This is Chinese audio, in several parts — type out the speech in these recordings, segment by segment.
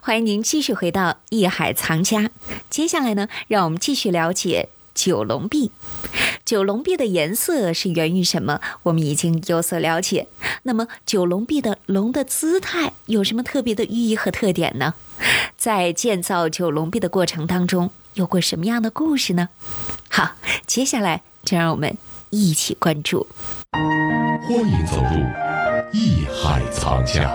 欢迎您继续回到艺海藏家。接下来呢，让我们继续了解九龙壁。九龙壁的颜色是源于什么？我们已经有所了解。那么九龙壁的龙的姿态有什么特别的寓意和特点呢？在建造九龙壁的过程当中，有过什么样的故事呢？好，接下来就让我们一起关注。 欢迎走入艺海藏家。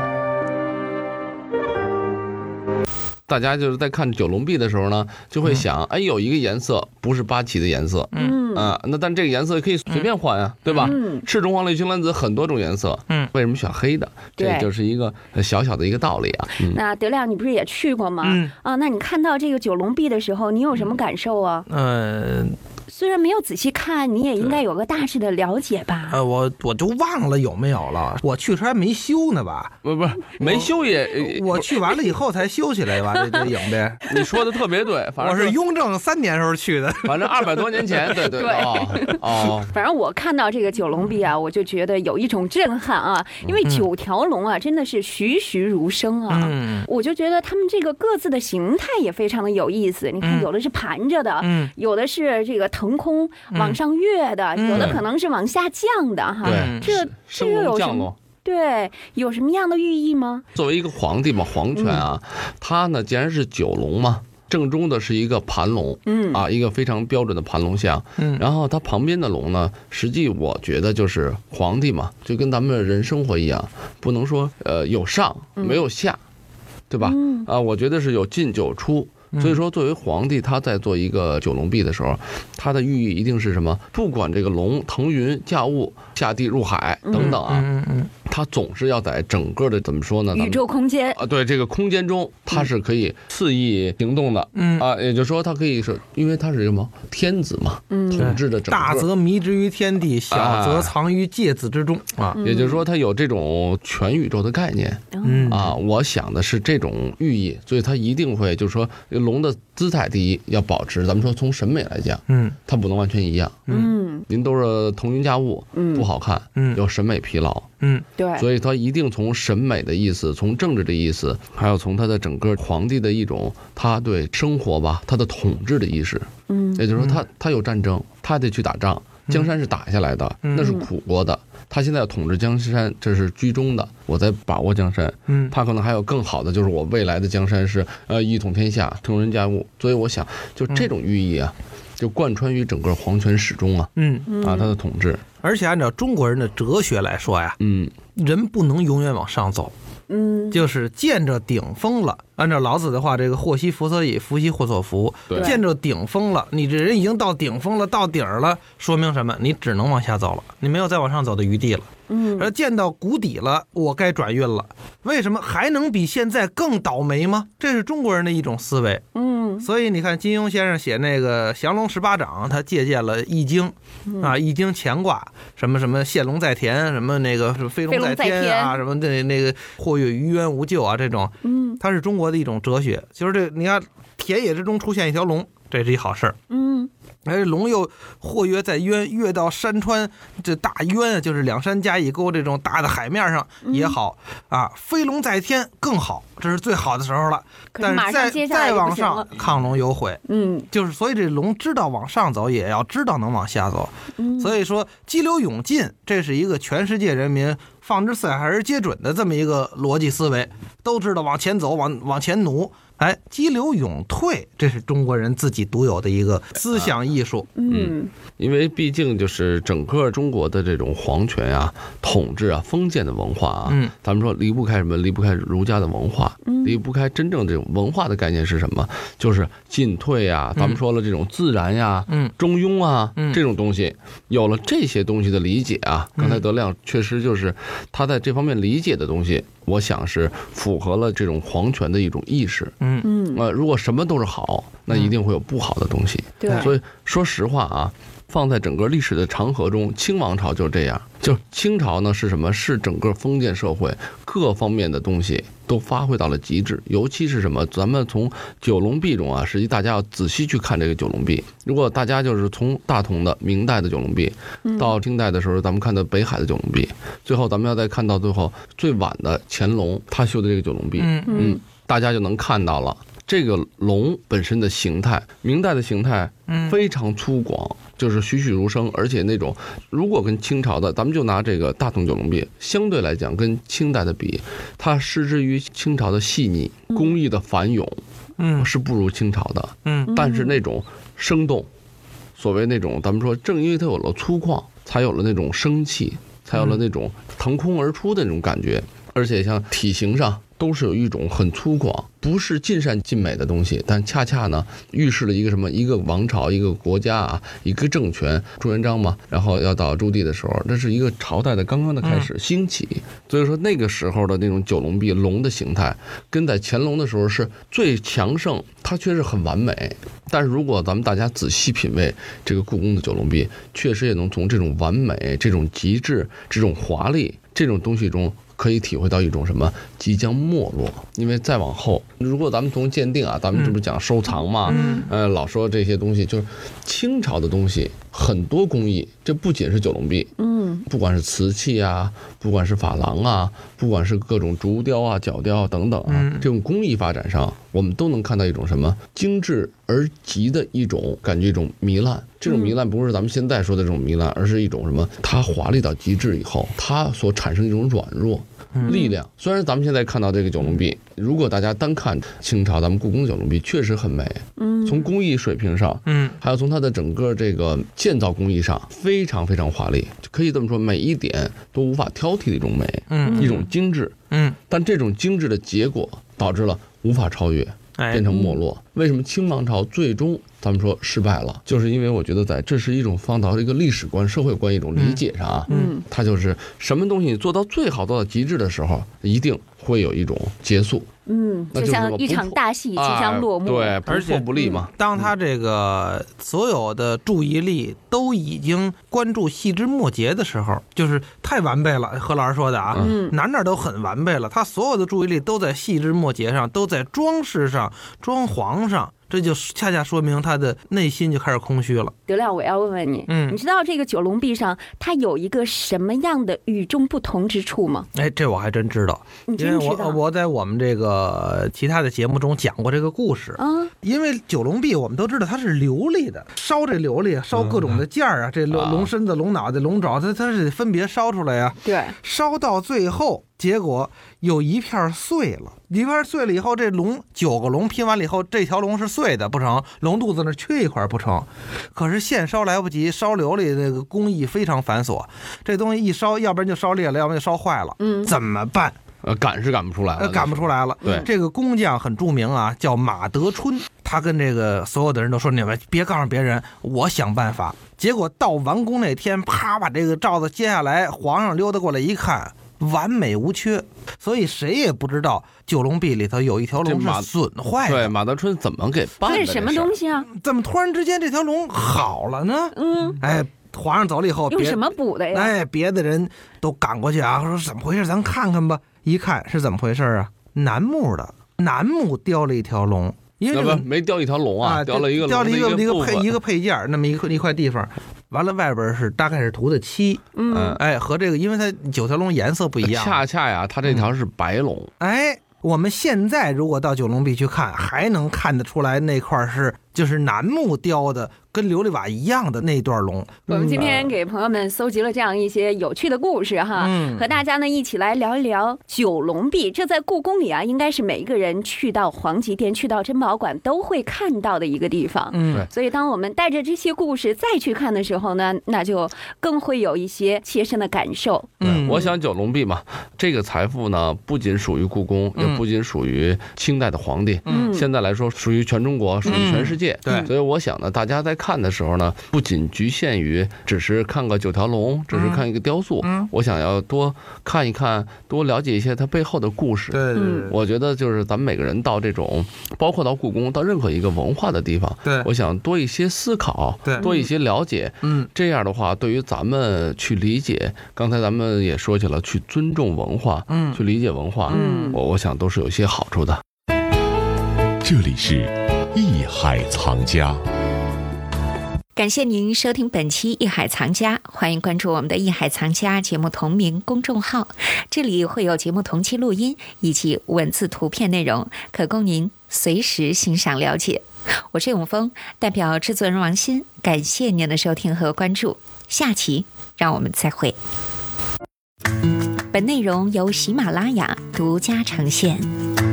大家就是在看九龙壁的时候呢，就会想，哎，有一个颜色不是八旗的颜色，那但这个颜色可以随便换啊，对吧？赤橙黄绿青蓝紫很多种颜色，为什么选黑的？这就是一个小小的一个道理啊。 那德亮，你不是也去过吗？那你看到这个九龙壁的时候，你有什么感受啊？虽然没有仔细看，你也应该有个大致的了解吧？ 我就忘了有没有了。我去时还没修呢吧？ 不没修也， 我去完了以后才修起来吧？这影呗。 你说的特别对，反正我是雍正3年时候去的， 反正200多年前，对哦。 反正我看到这个九龙壁啊，我就觉得有一种震撼啊，因为9条龙啊，真的是栩栩如生啊。我就觉得他们这个各自的形态也非常的有意思。你看，有的是盘着的，有的是这个腾空往上跃的，有的可能是往下降的哈。这又有什么？对，有什么样的寓意吗？ 作为一个皇帝嘛，皇权啊，他呢既然是九龙嘛，正中的是一个盘龙，一个非常标准的盘龙像，然后它旁边的龙呢，实际我觉得就是皇帝嘛，就跟咱们人生活一样，不能说有上没有下，对吧？我觉得是有进有出。所以说，作为皇帝，他在做一个九龙壁的时候，他的寓意一定是什么？不管这个龙腾云驾雾、下地入海等等啊，它总是要在整个的怎么说呢？ 宇宙空间啊，对这个空间中，它是可以肆意行动的，也就是说，它可以是因为它是什么天子嘛，统治的整个大则迷之于天地，小则藏于芥子之中啊。 也就是说，它有这种全宇宙的概念我想的是这种寓意，所以它一定会就是说。龙的姿态第一要保持，咱们说从审美来讲，它不能完全一样，您都是腾云驾雾，不好看，有审美疲劳， 对， 所以它一定从审美的意思，从政治的意思，还有从他的整个皇帝的一种他对生活吧，他的统治的意识，也就是说他有战争，他得去打仗，江山是打下来的，那是苦过的。他现在要统治江山，这是居中的，我在把握江山。他可能还有更好的，就是我未来的江山是一统天下，腾云驾雾。所以我想，就这种寓意啊，就贯穿于整个皇权始终啊。他的统治。 而且按照中国人的哲学来说呀，人不能永远往上走。就是见着顶峰了，按照老子的话，这个祸兮福所倚，福兮祸所伏。见着顶峰了，你这人已经到顶峰了，到顶了，说明什么？你只能往下走了，你没有再往上走的余地了。而见到谷底了，我该转运了。为什么还能比现在更倒霉吗？这是中国人的一种思维。所以你看金庸先生写那个降龙18掌，他借鉴了易经易经乾卦，什么什么现龙在田，什么那个飞龙在天啊，什么的那个或跃于渊无咎啊，这种它是中国的一种哲学。就是这你看田野之中出现一条龙，这是一好事儿。而龙又或跃在渊，跃到山川这大渊，就是2山加一沟这种大的海面上也好飞龙在天更好，这是最好的时候了。但是再往上，亢龙有悔。就是所以这龙知道往上走，也要知道能往下走。所以说激流勇进，这是一个全世界人民放之四海而皆准的这么一个逻辑思维，都知道往前走，往前努。激流勇退，这是中国人自己独有的一个思想艺术。 因为毕竟就是整个中国的这种皇权啊、统治啊、封建的文化啊，咱们说离不开什么？离不开儒家的文化，离不开真正这种文化的概念是什么？就是进退啊，咱们说了这种自然呀、中庸啊这种东西，有了这些东西的理解啊，刚才德亮确实就是他在这方面理解的东西。我想是符合了这种皇权的一种意识。如果什么都是好，那一定会有不好的东西。所以说实话啊，放在整个历史的长河中，清王朝就是这样。就清朝呢是什么？是整个封建社会各方面的东西都发挥到了极致。尤其是什么？咱们从九龙壁中啊，实际大家要仔细去看这个九龙壁。如果大家就是从大同的明代的九龙壁，到清代的时候，咱们看到北海的九龙壁，最后咱们要再看到最后最晚的乾隆他修的这个九龙壁， 大家就能看到了这个龙本身的形态。明代的形态非常粗犷，就是栩栩如生，而且那种如果跟清朝的，咱们就拿这个大同九龙壁相对来讲，跟清代的比，它失之于清朝的细腻，工艺的繁冗，是不如清朝的。但是那种生动，所谓那种咱们说，正因为它有了粗犷，才有了那种生气，才有了那种腾空而出的那种感觉。而且像体型上都是有一种很粗犷，不是尽善尽美的东西，但恰恰呢预示了一个什么？一个王朝，一个国家啊，一个政权。朱元璋嘛，然后要到朱棣的时候，那是一个朝代的刚刚的开始兴起。所以说那个时候的那种九龙壁龙的形态，跟在乾隆的时候是最强盛，它确实很完美。但是如果咱们大家仔细品味这个故宫的九龙壁，确实也能从这种完美、这种极致、这种华丽这种东西中，可以体会到一种什么即将没落。因为再往后，如果咱们从鉴定啊，咱们这不是讲收藏嘛，老说这些东西就是清朝的东西，很多工艺，这不仅是九龙壁，不管是瓷器啊，不管是珐琅啊，不管是各种竹雕啊、角雕等等啊，这种工艺发展上，我们都能看到一种什么精致而极的一种感觉，一种糜烂。这种糜烂不是咱们现在说的这种糜烂，而是一种什么？它华丽到极致以后，它所产生一种软弱力量。虽然咱们现在看到这个九龙壁，如果大家单看清朝咱们故宫九龙壁，确实很美。从工艺水平上，还有从它的整个这个建造工艺上，非常非常华丽，可以这么说，每一点都无法挑剔的一种美，一种精致。但这种精致的结果导致了无法超越，变成没落。为什么清王朝最终咱们说失败了？就是因为我觉得在这是一种放到一个历史观、社会观一种理解上啊，它就是什么东西做到最好、做到极致的时候，一定会有一种结束。 就像一场大戏即将落幕， 对，不破不立嘛。 当他这个所有的注意力都已经关注细枝末节的时候，就是太完备了。何老师说的啊，哪都很完备了，他所有的注意力都在细枝末节上，都在装饰上、装潢上。这就恰恰说明他的内心就开始空虚了。 德亮，我要问问你，你知道这个九龙壁上它有一个什么样的与众不同之处吗？ 这我还真知道， 你真知道？ 因为我在我们这个其他的节目中讲过这个故事啊。因为九龙壁我们都知道它是琉璃的，烧这琉璃，烧各种的件儿啊，这龙身子、龙脑袋、龙爪，它是分别烧出来呀。 对， 烧到最后。结果有一片碎了，一片碎了以后，这龙9个龙拼完了以后，这条龙是碎的不成，龙肚子那缺一块不成。可是现烧来不及，烧琉璃那个工艺非常繁琐，这东西一烧，要不然就烧裂了，要不然就烧坏了，怎么办？ 赶是赶不出来了， 赶不出来了。 对， 这个工匠很著名啊，叫马德春。他跟这个所有的人都说：“你们别告诉别人，我想办法。”结果到完工那天，啪把这个罩子揭下来，皇上溜达过来一看，完美无缺。所以谁也不知道九龙壁里头有一条龙是损坏的。 对，马德春怎么给办的？ 这是什么东西啊？ 怎么突然之间这条龙好了呢？皇上走了以后， 用什么补的呀？ 别的人都赶过去啊，说怎么回事？咱看看吧。一看是怎么回事啊？楠木的，楠木雕了一条龙，因为没雕一条龙啊，雕了一个配件，那么一块地方。完了，外边是大概是涂的漆，和这个，因为它9条龙颜色不一样， 恰恰呀，它这条是白龙， 我们现在如果到九龙壁去看，还能看得出来那块就是楠木雕的，跟琉璃瓦一样的那段龙。 我们今天给朋友们搜集了这样一些有趣的故事哈，和大家呢一起来聊一聊九龙壁。这在故宫里啊，应该是每一个人去到皇极殿、去到珍宝馆都会看到的一个地方。所以当我们带着这些故事再去看的时候呢，那就更会有一些切身的感受。 我想九龙壁嘛，这个财富呢，不仅属于故宫，也不仅属于清代的皇帝，现在来说属于全中国，属于全世界。 对， 所以我想呢，大家在看的时候呢，不仅局限于只是看个9条龙，只是看一个雕塑，我想要多看一看，多了解一些它背后的故事。 对， 我觉得就是咱们每个人到这种，包括到故宫，到任何一个文化的地方， 对， 我想多一些思考，多一些了解，这样的话，对于咱们去理解，刚才咱们也说起了，去尊重文化，去理解文化，我想都是有一些好处的。 这里是艺海藏家。 感谢您收听本期《艺海藏家》，欢迎关注我们的《艺海藏家》节目同名公众号，这里会有节目同期录音以及文字图片内容，可供您随时欣赏了解。我是永峰，代表制作人王鑫，感谢您的收听和关注，下期让我们再会。本内容由喜马拉雅独家呈现。